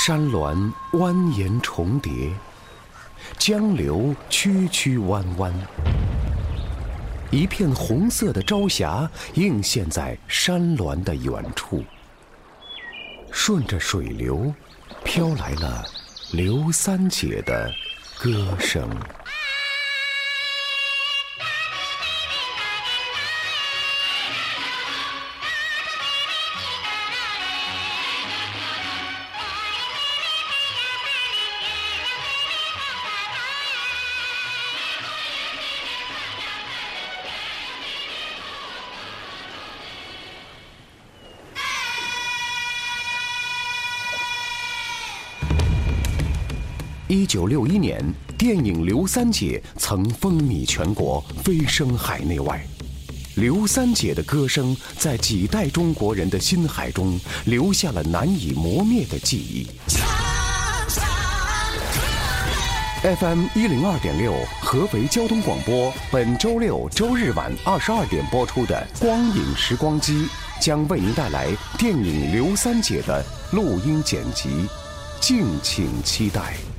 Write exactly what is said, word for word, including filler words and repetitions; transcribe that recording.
山峦蜿蜒重叠，江流曲曲弯弯。一片红色的朝霞映现在山峦的远处。顺着水流，飘来了刘三姐的歌声。一九六一年，电影《刘三姐》曾风靡全国，飞升海内外。刘三姐的歌声在几代中国人的心海中留下了难以磨灭的记忆。F M 一零二点六，合肥交通广播，本周六、周日晚二十二点播出的《光影时光机》，将为您带来电影《刘三姐》的录音剪辑，敬请期待。